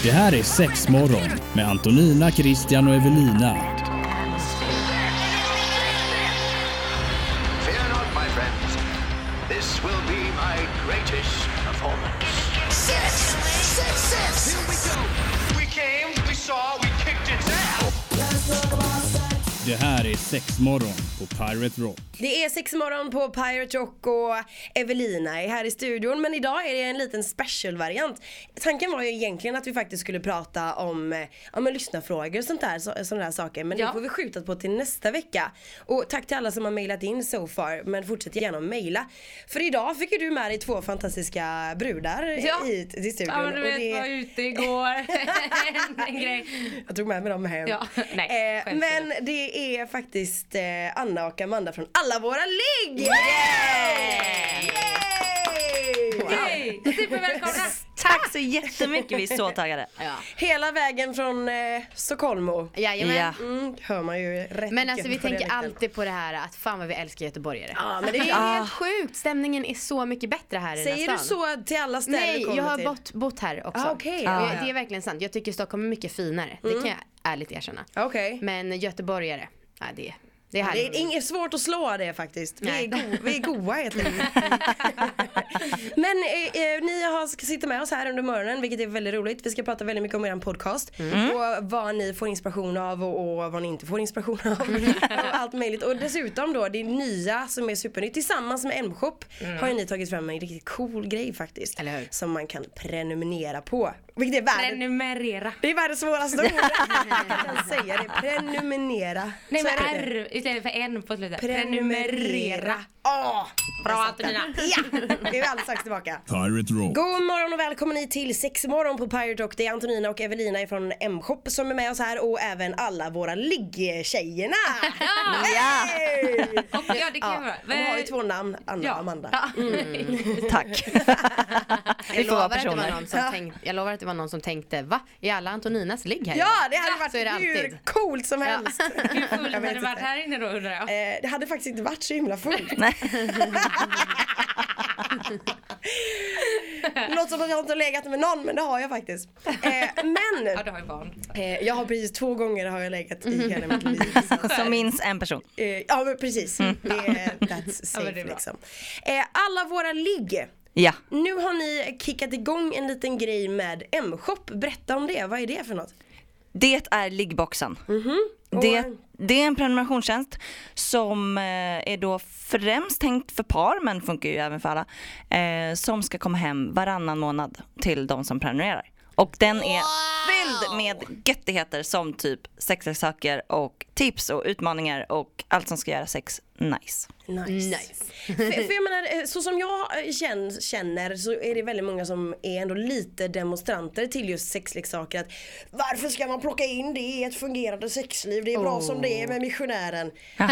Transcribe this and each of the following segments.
Det här är Sexmorgon med Antonina, Christian och Evelina. Fear not, my friends. This will be my greatest performance. Six! Here we go. We came, we saw, we kicked its ass. Det här är Sexmorgon på Pirate Rock. Det är Sexmorgon på Pirate Rock och Evelina är här i studion. Men idag är det en liten special-variant. Tanken var ju egentligen att vi faktiskt skulle prata om lyssnarfrågor och sådana där saker. Men det får vi skjuta på till nästa vecka. Och tack till alla som har mejlat in so far. Men fortsätt gärna att mejla. För idag fick ju du med dig 2 fantastiska brudar hit till studion. Ja, men du vet, jag var ute igår. En grej. Jag tog med mig dem hem. Ja, nej, men det är faktiskt Anna och Amanda från Alla våra ligg! Yay! Yay! Supervälkomna! Tack så jättemycket, vi är så taggade. Ja. Hela vägen från Stockholm. Jajamän. Ja. Hör man ju rätt. Men alltså vi på tänker dialekten. alltid på det här att fan vad vi älskar göteborgare. Ja, men det Det är är helt sjukt, stämningen är så mycket bättre här i den Säger här du stan. så till alla ställen du Nej, kommer jag har till? bott här också. Okej. Det är verkligen sant. Jag tycker Stockholm är mycket finare. Det kan jag ärligt erkänna. Okej. Men göteborgare, det är Det härligt. är inget svårt att slå det faktiskt. Nej. Vi är goa helt enkelt. Men ni ska sitta med oss här under morgonen, vilket är väldigt roligt. Vi ska prata väldigt mycket om er podcast och vad ni får inspiration av och vad ni inte får inspiration av och allt möjligt. Och dessutom då, det nya som är supernytt tillsammans med M-shop har ju ni tagit fram en riktigt cool grej faktiskt. Eller hur? Som man kan prenumerera på. Vilket är världens... Prenumerera. Det är världens svåraste ord. Jag kan säga det. Prenumerera. Nej, Så men är det. R istället för N på slutet. Prenumerera. Bra Antonina. Ja, det är alldeles strax tillbaka. Pirate Rock. God morgon och välkommen hit till Sexmorgon på Pirate Rock. Det är Antonina och Evelina från M-shop som är med oss här och även alla våra liggtjejerna. Ja. Hey! Ja, det kan jag vara. De har ju 2 namn, Anna och Amanda. Tack. Jag lovar, att det personer. var någon som tänkte, jag lovar att det var någon som tänkte, va? Är alla Antoninas ligg här? Ja, det hade Så är det varit hur alltid. coolt som helst. Hur fullt Jag vet hade det varit inte. här inne då, undrar jag? Det hade faktiskt inte varit så himla fullt. Låter som att jag inte har legat med någon, men det har jag faktiskt. Men Ja, det har ju barn. jag har precis 2 gånger har jag legat i hela mitt liv. Så minns en person. Ja, men precis. That's Ja, safe men det är bra. liksom. Alla våra ligg. Ja. Nu har ni kickat igång en liten grej med M-shop. Berätta om det. Vad är det för något? Det är liggboxen. Det är en prenumerationstjänst som är då främst tänkt för par, men funkar ju även för alla, som ska komma hem varannan månad till de som prenumererar. Och den är fylld med göttigheter som typ sexleksaker och tips och utmaningar och allt som ska göra sex nice. Nice. för jag menar, så som jag känner så är det väldigt många som är ändå lite demonstranter till just sexleksaker. Att varför ska man plocka in det i ett fungerande sexliv? Det är bra som det är med missionären.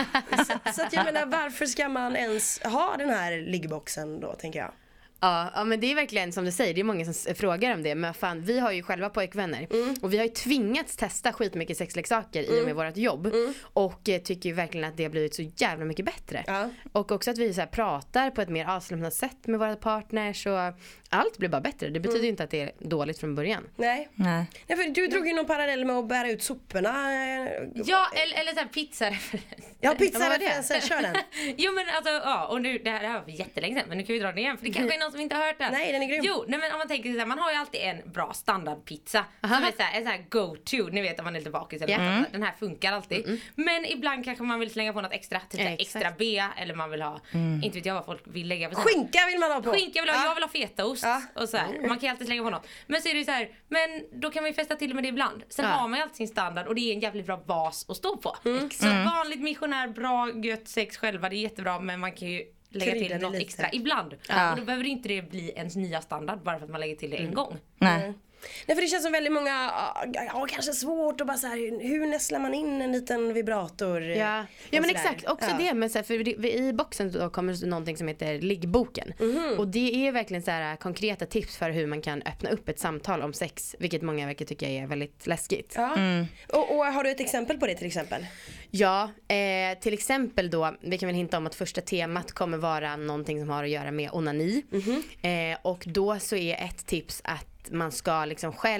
så att jag menar, varför ska man ens ha den här liggboxen då, tänker jag? Ja, men det är verkligen som du säger, det är många som frågar om det. Men fan, vi har ju själva pojkvänner och vi har ju tvingats testa skitmycket sexleksaker i och med vårt jobb och tycker ju verkligen att det har blivit så jävla mycket bättre. Ja. Och också att vi så här pratar på ett mer avslappnat sätt med våra partners och allt blir bara bättre. Det betyder ju inte att det är dåligt från början. Nej. Nej. Ja, för du drog ju någon parallell med att bära ut soporna. Ja, eller såhär pizza. Ja, Vad var det? pizzareferensen, kör den. Jo, men alltså, ja, och nu, det här var för jättelänge sedan, men nu kan vi dra den igen, för det kanske är någon som inte har hört den. Nej, den är grym. Jo, nej, men om man tänker så här, man har ju alltid en bra standardpizza som är så här, en så här go-to, ni vet om man är lite bakis eller något, den här funkar alltid. Men ibland kanske man vill slänga på något extra, typ så här extra B, eller man vill ha, inte vet jag vad folk vill lägga på. Skinka vill man ha på. Skinka vill ha, jag vill ha fetaost och så här. Man kan ju alltid slänga på något. Men så är det ju så här, men då kan man ju fästa till med det ibland. Sen har man ju alltid sin standard och det är en jävligt bra bas att stå på. Så vanligt missionär, bra, gött sex själva, det är jättebra, men man kan ju lägga Krydda till det något lite. extra ibland. Och då behöver inte det bli ens nya standard bara för att man lägger till det en gång. Nej. Nej, för det känns som väldigt många kanske svårt att bara så här, hur näslar man in en liten vibrator? Ja men exakt, också det, men så här, för i boxen då kommer det någonting som heter liggboken. Och det är verkligen så här konkreta tips för hur man kan öppna upp ett samtal om sex, vilket många verkar tycka är väldigt läskigt. Ja. Och har du ett exempel på det till exempel? Ja, till exempel då, vi kan väl hinta om att första temat kommer vara någonting som har att göra med onani. Och då så är ett tips att man ska liksom själv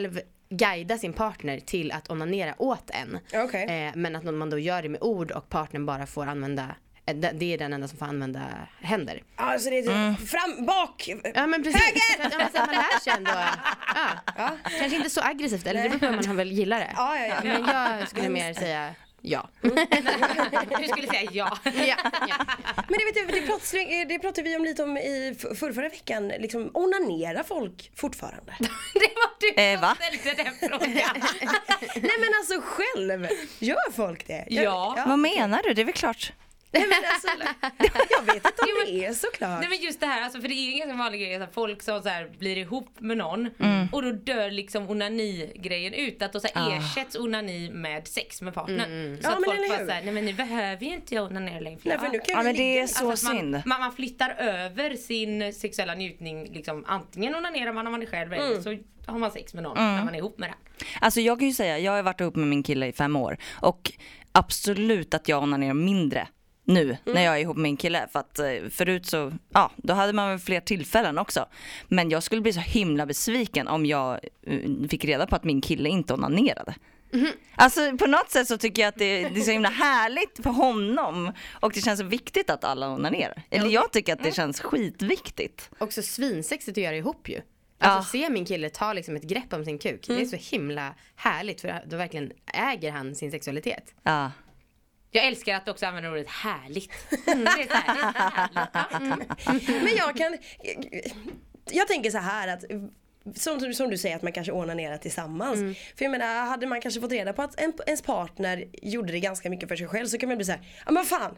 guida sin partner till att onanera åt en. Okay. Men att man då gör det med ord och partnern bara får använda, det är den enda som får använda händer. Alltså det är fram, bak, ja, men precis. höger! Ja, men man lär sig ändå. Ja. Kanske inte så aggressivt, eller det beror på om man väl gillar det. Ja. Men jag skulle mer säga ja. Du skulle säga ja. Ja. Men det pratade vi om lite om i förra veckan. Liksom, onanera folk fortfarande? Det var du Va? som ställde den frågan. Nej men alltså själv, gör folk det? Ja. Vad menar du? Det är väl klart. Nej, men alltså, jag vet inte om det är såklart. Nej men just det här, alltså, för det är ju en ganska vanlig grej att folk som så här blir ihop med någon och då dör liksom onani-grejen ut, att då så här ersätts onani med sex med partnern. Så Ja, att men folk bara hur? såhär, nej men nu behöver ju inte jag onanera längre. Nej, för nu kan Ja, vi men det ligga. är så Alltså att synd. man flyttar över sin sexuella njutning liksom, antingen onanerar man när man är själv eller så har man sex med någon när man är ihop med den. Alltså jag kan ju säga, jag har varit ihop med min kille i 5 år och absolut att jag onanerar mindre nu när jag är ihop med min kille, för att förut så, då hade man väl fler tillfällen också. Men jag skulle bli så himla besviken om jag fick reda på att min kille inte onanerade. Alltså på något sätt så tycker jag att det är så himla härligt för honom, och det känns så viktigt att alla onanerar. Eller jag tycker att det känns skitviktigt. Också svinsexigt att göra ihop ju. Alltså se min kille ta liksom ett grepp om sin kuk. Det är så himla härligt, för då verkligen äger han sin sexualitet. Ja. Jag älskar att också använda ordet härligt. Det är så härligt. Men jag tänker så här att som du säger, att man kanske onanerar tillsammans. För jag menar, hade man kanske fått reda på att ens partner gjorde det ganska mycket för sig själv, så kan man bli så här, ja men fan,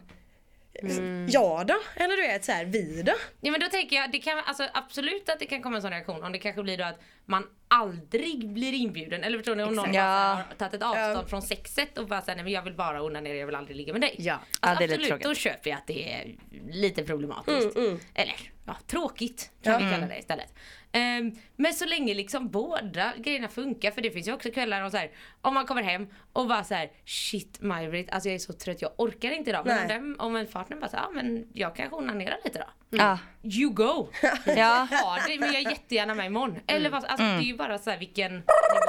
ja då, eller du vet så här, vi då. Ja men då tänker jag, det kan alltså absolut att det kan komma en sån reaktion om det kanske blir då att man aldrig blir inbjuden, eller förstår ni, om någon bara har tagit ett avstånd från sexet och bara säger nej men jag vill bara onanera, jag vill aldrig ligga med dig. Ja, alltså, det är lite absolut, tråkigt. då köper jag att det är lite problematiskt. Eller tråkigt kan vi kalla det istället. Men så länge liksom båda grejerna funkar, för det finns ju också kvällar och så här, om man kommer hem och bara så här, shit Maj-Britt, alltså jag är så trött, jag orkar inte idag. Men om en partner bara så här, men jag kanske onanerar lite då. Ja. You go. Ja. Ja, det, men jag är jättegärna med imorgon. Eller vad, alltså det är ju bara så här vilken nivå.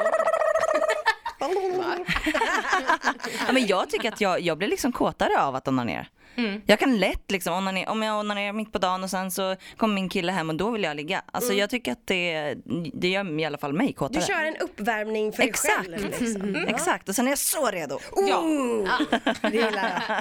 Ja, men jag tycker att jag blir liksom kåtare av att onanera. Jag kan lätt liksom onanera, om jag onanerar mitt på dagen och sen så kommer min kille hem och då vill jag ligga. Alltså jag tycker att det gör i alla fall mig kåtare. Du kör en uppvärmning för dig själv liksom. Exakt, och sen är jag så redo. Det gillar jag.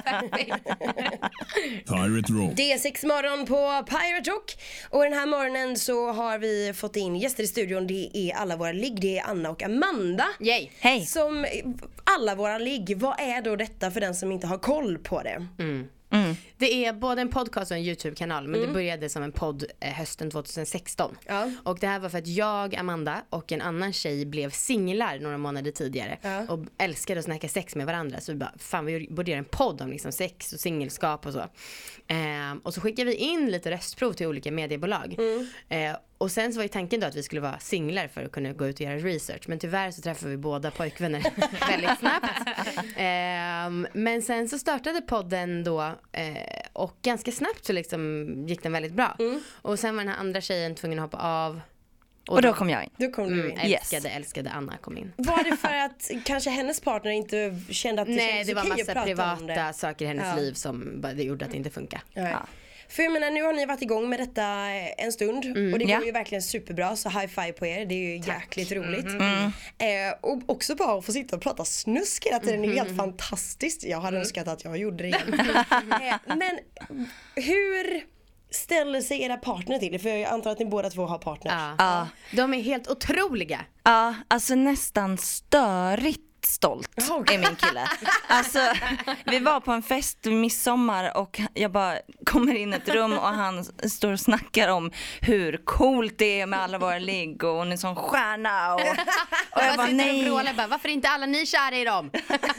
Pirate Rock. Det är 6 morgon på Pirate Rock, och den här morgonen så har vi fått in gäster i studion. Det är alla våra ligg, det är Anna och Amanda. Yay. Hej. Som alla våra ligg, vad är då detta för den som inte har koll på det? Det är både en podcast och en YouTube-kanal, men det började som en podd hösten 2016. Ja. Och det här var för att jag, Amanda och en annan tjej blev singlar några månader tidigare och älskade att snacka sex med varandra. Så vi bara, fan vi borde göra en podd om liksom sex och singelskap och så. Och så skickade vi in lite röstprov till olika mediebolag. Och sen så var ju tanken då att vi skulle vara singlar för att kunna gå ut och göra research. Men tyvärr så träffade vi båda pojkvänner väldigt snabbt. Men sen så startade podden då och ganska snabbt så liksom gick den väldigt bra. Och sen var den här andra tjejen tvungen att hoppa av. Och då kom jag in. Då kom du in. Älskade Anna kom in. Var det för att kanske hennes partner inte kände att det Nej, kändes det var okej att massa prata om det? privata saker i hennes liv som det gjorde att det inte funkar. Ja. För jag menar, nu har ni varit igång med detta en stund och det går ju verkligen superbra, så high five på er, det är ju jäkligt roligt. Och också bara att få sitta och prata snusk hela tiden är helt fantastiskt. Jag hade önskat att jag gjorde det igen. Men hur ställer sig era partner till det? För jag antar att ni båda två har partners. Ja. De är helt otroliga. Ja, alltså nästan störigt stolt är min kille. Alltså, vi var på en fest vid midsommar och jag bara kommer in i ett rum och han står och snackar om hur coolt det är med alla våra ligg och hon är sån stjärna och jag bara nej. Bara, varför är inte alla ni kära i dem?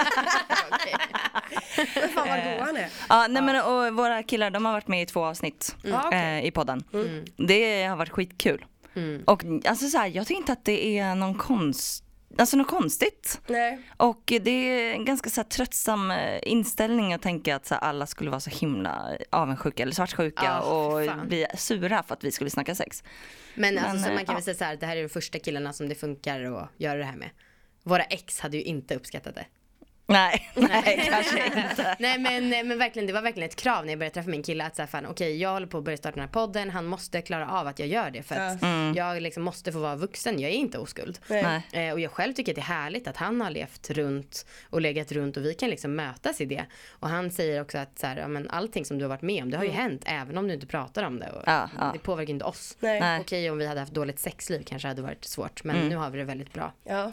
Fan vad god han är. Ja, nej men och våra killar, de har varit med i 2 avsnitt i podden. Det har varit skitkul. Och alltså så här, jag tycker inte att det är någon konstigt alltså något konstigt. Nej. Och det är en ganska så här tröttsam inställning att tänka att så här, alla skulle vara så himla avundsjuka eller svartsjuka och bli sura för att vi skulle snacka sex. Men alltså, så man kan väl säga så här, det här är de första killarna som det funkar att göra det här med. Våra ex hade ju inte uppskattat det. Nej, kanske inte. Nej men verkligen, det var verkligen ett krav när jag började träffa min kille att så här, fan, okej, jag håller på att börja starta den här podden, han måste klara av att jag gör det för att jag liksom måste få vara vuxen, jag är inte oskuld. Och jag själv tycker att det är härligt att han har levt runt och legat runt och vi kan liksom mötas i det. Och han säger också att så här, ja, men allting som du har varit med om, det har ju hänt även om du inte pratar om det och det påverkar inte oss. Okej, om vi hade haft dåligt sexliv kanske hade varit svårt, men nu har vi det väldigt bra.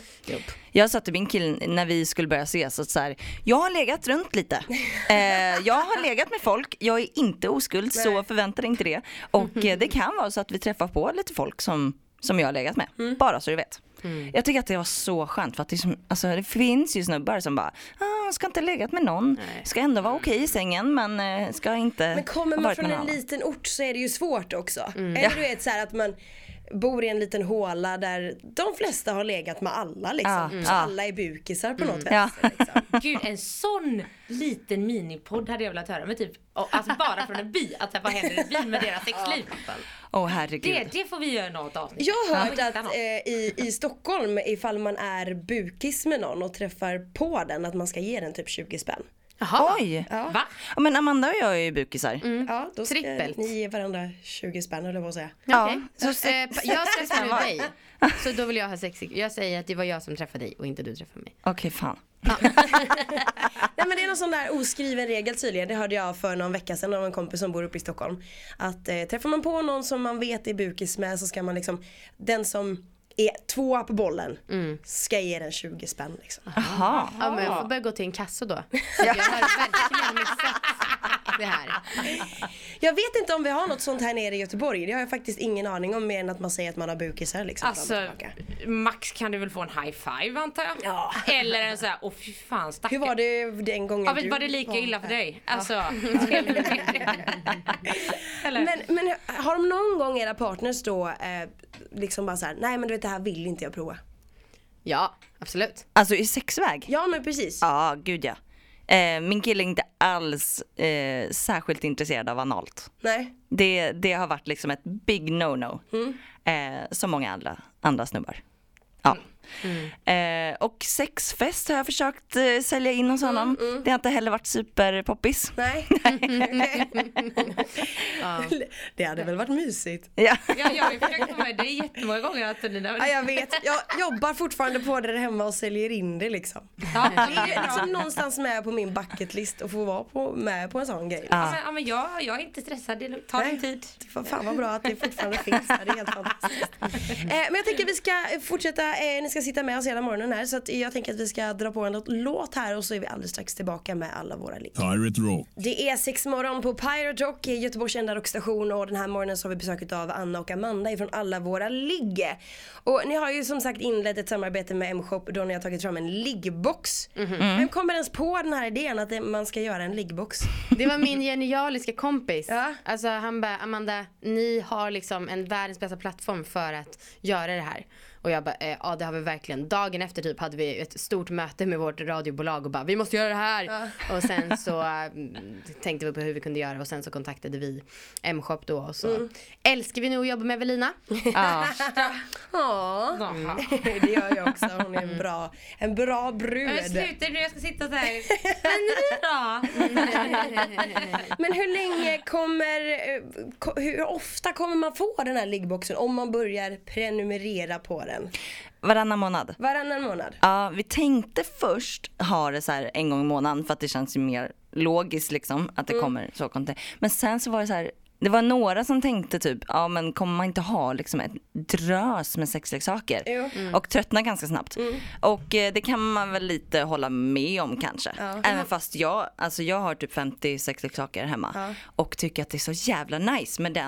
Jag sa till min kille när vi skulle börja ses så här, jag har legat runt lite. Jag har legat med folk. Jag är inte oskuld, så förvänta dig inte det. Och det kan vara så att vi träffar på lite folk som jag har legat med. Bara så du vet. Jag tycker att det var så skönt för att det finns ju snubbar som bara ska inte legat med någon. Ska ändå vara okej i sängen men ska inte. Men kommer man från en liten ort så är det ju svårt också. Eller du vet så här att man bor i en liten håla där de flesta har legat med alla liksom. Så alla är bukisar på något vänster liksom. Gud, en sån liten minipodd hade jag velat höra med typ, alltså bara från en by, att vad händer i en by med deras sexliv. Herregud. Det får vi göra något avsnitt. Jag har hört att i Stockholm, ifall man är bukis med någon och träffar på den, att man ska ge den typ 20 spänn. Jaha. Oj. Va? Ja, men Amanda och jag är ju bukisar. Ja, då ska Trippelt. ni ge varandra 20 spänn eller vad säger jag. Okay. Så jag träffar med dig. Så då vill jag ha sex. Jag säger att det var jag som träffade dig och inte du träffade mig. Okej, fan. Nej, men det är någon sån där oskriven regel tydligen. Det hörde jag för någon vecka sedan av en kompis som bor uppe i Stockholm. Att träffar man på någon som man vet är bukis med, så ska man liksom, den som är 2 på bollen ska ge den 20 spänn liksom. Aha. Ja, men jag får börja gå till en kassa då. Jag har verkligen missat det här. Jag vet inte om vi har något sånt här nere i Göteborg. Det har jag faktiskt ingen aning om, mer än att man säger att man har bukisar liksom. Alltså, max kan du väl få en high five antar jag. Ja. Eller en sån här, fy fan stackare. Hur var det den gången var det lika illa för dig? Alltså. Eller? Men har de någon gång era partners då liksom bara så här, nej men du vet, det här vill inte jag prova? Ja, absolut. Alltså i sexväg? Ja, men precis. Ja, gud ja. Min kille är inte alls särskilt intresserad av analt. Nej. Det har varit liksom ett big no-no. Som många andra snubbar. Ja. Och sexfest har jag försökt sälja in hos honom. Det har inte heller varit superpoppis. Nej. Det hade väl varit mysigt. Ja. Jag har ju försökt få med det jättemånga gånger att ja, jag vet. Jag jobbar fortfarande på det hemma och säljer in det liksom. Det är liksom någonstans med på min bucketlist att få vara med på en sån grej. Ja, men jag är inte stressad, det tar en tid. Fan vad bra att det fortfarande finns här, det är helt fantastiskt. Men jag tänker att vi ska fortsätta, ni ska sitta med oss hela morgonen här, så att jag tänker att vi ska dra på en låt här och så är vi alldeles strax tillbaka med alla våra ligg. Pirate Rock. Det är 6 morgon på Pirate Rock, Göteborgs enda rockstation, och den här morgonen så har vi besökt av Anna och Amanda ifrån alla våra ligg. Och ni har ju som sagt inlett ett samarbete med M-shop då ni har tagit fram en liggbox. Vem kommer ens på den här idén att man ska göra en liggbox? Det var min genialiska kompis. Ja. Alltså han bara, Amanda, ni har liksom en världens bästa plattform för att göra det här. Och jag bara, ja det har vi verkligen. Dagen efter typ hade vi ett stort möte med vårt radiobolag och bara, vi måste göra det här. Ja. Och sen så tänkte vi på hur vi kunde göra och sen så kontaktade vi M-shop då och så älskar vi nu att jobba med Evelina. Ja. Det gör jag också. Hon är en bra brud. Men sluta nu, jag ska sitta så här. Men nu då? Men hur länge hur ofta kommer man få den här liggboxen om man börjar prenumerera på den? Varannan månad. Ja, vi tänkte först ha det så här en gång i månaden för att det känns ju mer logiskt liksom att det kommer så kontent. Men sen så var det så här, det var några som tänkte typ, ja men kommer man inte ha liksom ett drös med sexleksaker och tröttna ganska snabbt. Och det kan man väl lite hålla med om kanske. Även fast jag har typ 50 sexleksaker hemma och tycker att det är så jävla nice med den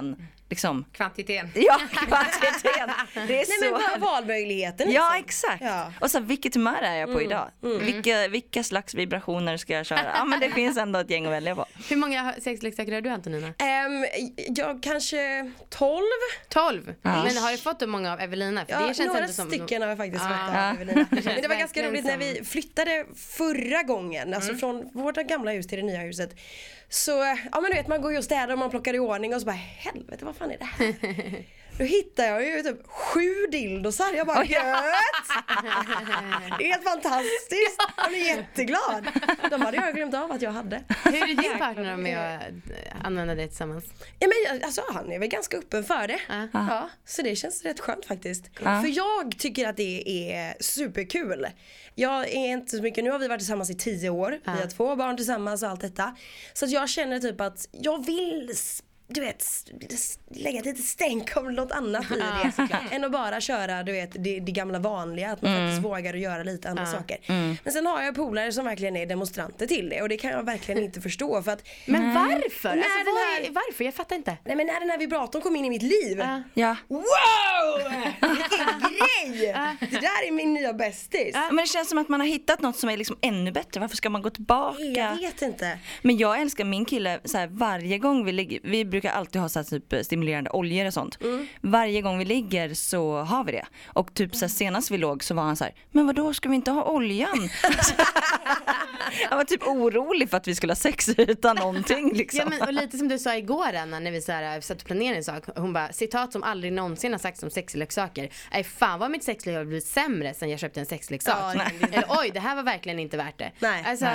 liksom Kvantiteten. Ja, kvantiteten. Det är Nej, men valmöjligheten. Ja, liksom. exakt. Ja. Och så vilket humör är jag på idag? Vilka slags vibrationer ska jag köra? Ja, men det finns ändå ett gäng att välja på. Hur många sexleksaker har du, Antonina? Jag kanske 12. 12? Men har du fått många av Evelina? För Ja, det känns några ändå som... stycken har jag faktiskt fått av Evelina. Men det var ganska verkligen roligt när vi flyttade förra gången, alltså från vårt gamla hus till det nya huset. Så, ja men du vet, man går ju och städar och man plockar i ordning och så bara, helvete, vad fan är det här? Då hittar jag ju typ 7 dildosar. Jag bara, gött! Det är helt fantastiskt. Jag är jätteglad. De hade jag glömt av att jag hade. Hur är din partner med att använda det tillsammans? Ja, men alltså, han är väl ganska öppen för det. Ja, så det känns rätt skönt faktiskt. För jag tycker att det är superkul. Jag är inte så mycket, nu har vi varit tillsammans i 10 år. Vi har 2 barn tillsammans och allt detta. Så att jag känner typ att jag vill, du vet, lägga lite stänk av något annat i det än att bara köra, du vet, det gamla vanliga, att man faktiskt vågar göra lite andra saker. Men sen har jag polare som verkligen är demonstranter till det och det kan jag verkligen inte förstå för att, Men varför? När Varför? Jag fattar inte. nej men när den här vibratorn kom in i mitt liv, Ja. wow! Vilken grej! Det där är min nya bästis. Men det känns som att man har hittat något som är liksom ännu bättre. Varför ska man gå tillbaka? Jag vet inte. Men jag älskar min kille så här, varje gång vi ligger, vi brukar alltid ha så här, typ stimulerande oljor och sånt. Varje gång vi ligger så har vi det. Och typ så här, senast vi låg så var han så här, men vadå, ska vi inte ha oljan? Jag var typ orolig för att vi skulle ha sex utan någonting liksom. Ja, men, och lite som du sa igår, Anna, när vi så här, satt och planerade en sak. Hon bara, citat som aldrig någonsin har sagt om sexleksaker. Nej, fan vad mitt sexliv har blivit sämre sen jag köpte en sexleksak. Eller oj, det här var verkligen inte värt det. Nej. Alltså,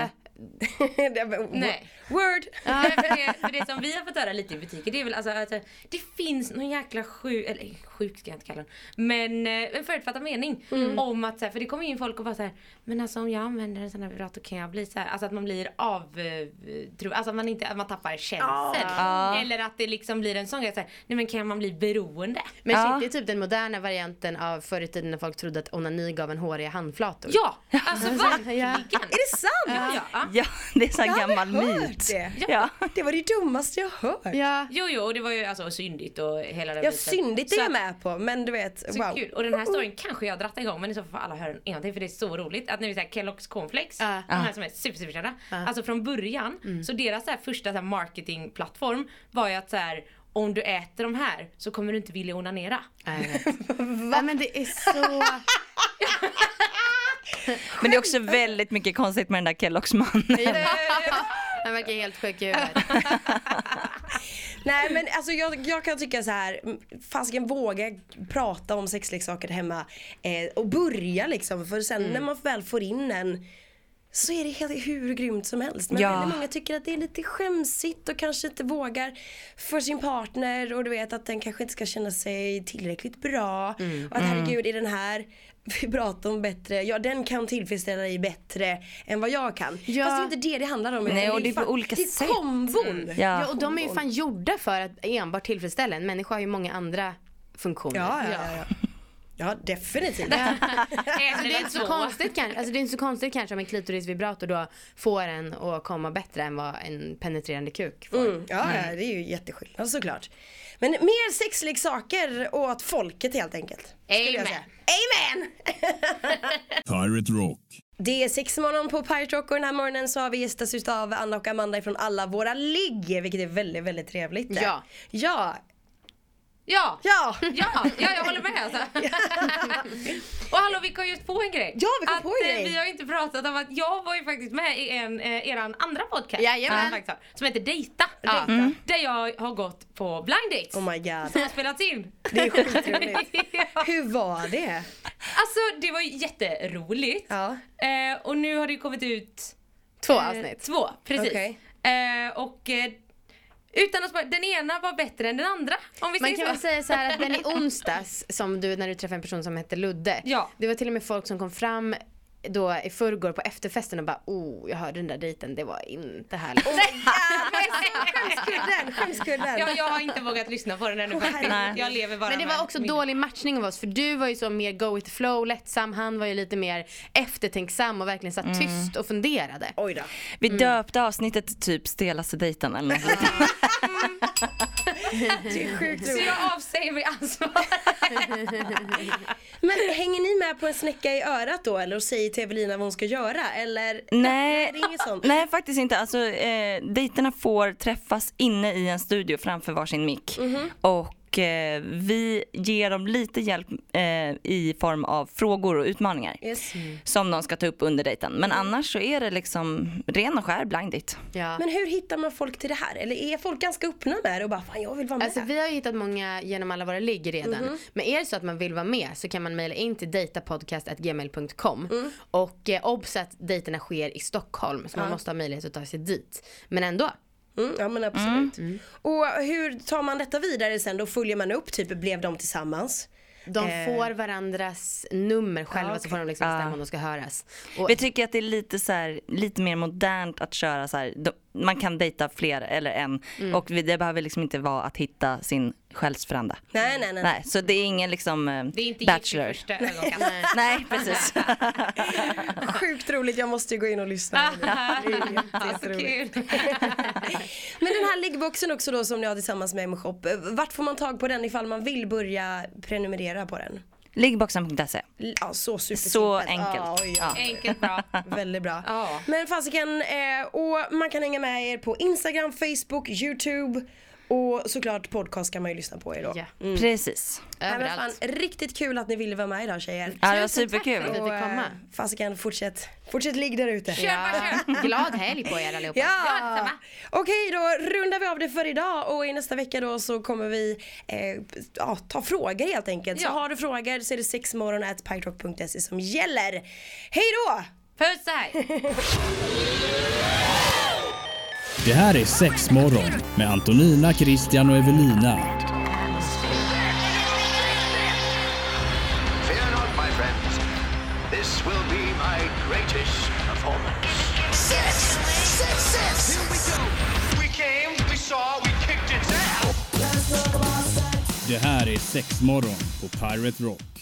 Nej. Word. Ja, för det som vi har fått höra lite i butiker, det är väl alltså att det finns någon jäkla sjuk ska jag inte kalla den, men en förutfattad mening om att så här, för det kommer in folk och bara så här, men alltså om jag använder en sån här vibrator kan jag bli så här, alltså att man blir alltså att man tappar känsel eller att det liksom blir en sån grej så här, nej men kan man bli beroende? men shit, det är typ den moderna varianten av förr i tiden när folk trodde att onani gav en håriga handflator. Ja, alltså verkligen. Är det sant? Ja, det är så här gammal myt. Det. Ja. Det var det dummaste jag hört. Ja. Jo, det var ju alltså syndigt och hela den Ja, biten. syndigt är Så jag att- med på, men du vet, Så wow. kul. Och den här storyn kanske jag har dratt igång, men i så fall får alla höra den en gång till, för det är så roligt att när vi säger Kellogg's Cornflakes, de här som är superkända, alltså från början, så deras så här första så här marketingplattform var ju att så här, om du äter de här så kommer du inte vilja onanera. Ja, men det är så... Men det är också väldigt mycket konstigt med den där Kellogg's-mannen. Han verkar helt sjuk i huvudet. Nej men alltså jag kan tycka så här, fasken våga prata om sexleksaker hemma och börja liksom, för sen när man väl får in en så är det helt hur grymt som helst. Men väldigt många tycker att det är lite skämsigt och kanske inte vågar för sin partner, och du vet att den kanske inte ska känna sig tillräckligt bra och att herregud, är den här vibratorn bättre? Ja, den kan tillfredsställa dig bättre än vad jag kan. Ja. Fast det är inte det handlar om. Nej, och det är på olika det är sätt. kombon. Ja, och de är ju fan gjorda för att enbart tillfredsställa. En människa har ju många andra funktioner. Ja, definitivt. Alltså, det är inte så konstigt kanske. Alltså, det är inte så konstigt kanske om en klitorisvibrator då får en att komma bättre än vad en penetrerande kuk får. Ja, det är ju jätteskillnad såklart. Men mer sexleksaker åt folket helt enkelt. skulle jag säga. Amen! Pirate Rock. Det är 6morgon på Pirate Rock och den här morgonen så har vi gästats utav Anna och Amanda från alla våra ligg, vilket är väldigt, väldigt trevligt. Ja. Ja. Jag håller med alltså. Och hallå, vi kom just på en grej. Ja, vi kom på en grej. Vi har inte pratat om att jag var ju faktiskt med i eran andra podcast. Jajamän. Som heter Dejta. Där jag har gått på blind dates. Oh my god. Som har spelats in. Det är skitroligt. Hur var det? Alltså det var ju jätteroligt. Ja. Och nu har det ju kommit ut 2 avsnitt. 2, precis. Okej. Och utan att den ena var bättre än den andra, om vi Man säger kan så. väl säga så här att den i onsdags, som du, när du träffade en person som hette Ludde. Ja. Det var till och med folk som kom fram då i förrgår på efterfesten och bara, jag hörde den där dejten, det var inte härligt. Skämskudden. Jag har inte vågat lyssna på den ännu faktiskt. Jag lever bara Men det med var också min- dålig matchning av oss, för du var ju så mer go with the flow, lättsam. Han var ju lite mer eftertänksam och verkligen satt tyst och funderade. Oj då. Vi döpte avsnittet typ stelaste dejten eller något liknande. Det är sjukt Så roligt. jag avsäger mig ansvar. Men hänger ni med på en snäcka i örat då eller och säger till Evelina vad hon ska göra? Eller? Nej, det är inget sånt. nej faktiskt inte. Alltså, dejterna får träffas inne i en studio framför varsin mick. Och vi ger dem lite hjälp i form av frågor och utmaningar Yes. som de ska ta upp under dejten. Men annars så är det liksom ren och skär blind date. Ja. Men hur hittar man folk till det här? Eller är folk ganska öppna med det och bara fan jag vill vara med? Alltså vi har ju hittat många genom alla våra ligg redan. Men är det så att man vill vara med så kan man mejla in till datapodcast@gmail.com. Och obs att dejterna sker i Stockholm så man måste ha möjlighet att ta sig dit. Men ändå. Ja men absolut. Och hur tar man detta vidare sen då? Följer man upp typ blev de tillsammans? De får varandras nummer själva så får de liksom bestämma om de ska höras. Och Vi tycker att det är lite, så här, lite mer modernt att köra så här. Man kan dejta fler eller en. Och det behöver liksom inte vara att hitta sin själsfrända. Nej. Så det är ingen liksom Det är inte bachelor. gift vid första ögonkastet. Nej, precis. Sjukt roligt, jag måste ju gå in och lyssna. Det är jätteroligt. Kul. Men den här liggboxen också då som ni har tillsammans med M-shop. Vart får man tag på den ifall man vill börja prenumerera på den? Liggboxen.se. Ja, så supersimpelt. Så enkelt. Oj, Ja. Enkelt, bra. Väldigt bra. Ja. Men fasiken, och man kan hänga med er på Instagram, Facebook, YouTube och såklart podcast kan man ju lyssna på er då. Ja. Precis. Nej, men fan, överallt. riktigt kul att ni ville vara med idag tjejer. Ja, det var Tusen tack superkul. för att vi fick komma. Fasiken, fortsätt ligg där ute. Glad helg på er allihopa. Ja, okej då rundar vi av det för idag och i nästa vecka då så kommer vi ta frågor helt enkelt. Så har du frågor så är det sexmorgon@pirock.se som gäller. Hej då! Puss så här. Det här är Sexmorgon med Antonina, Christian och Evelina. Fear not, my friends. This will be my greatest performance. Six! Here we go. We came, we saw, we kicked its ass. Det här är Sexmorgon på Pirate Rock.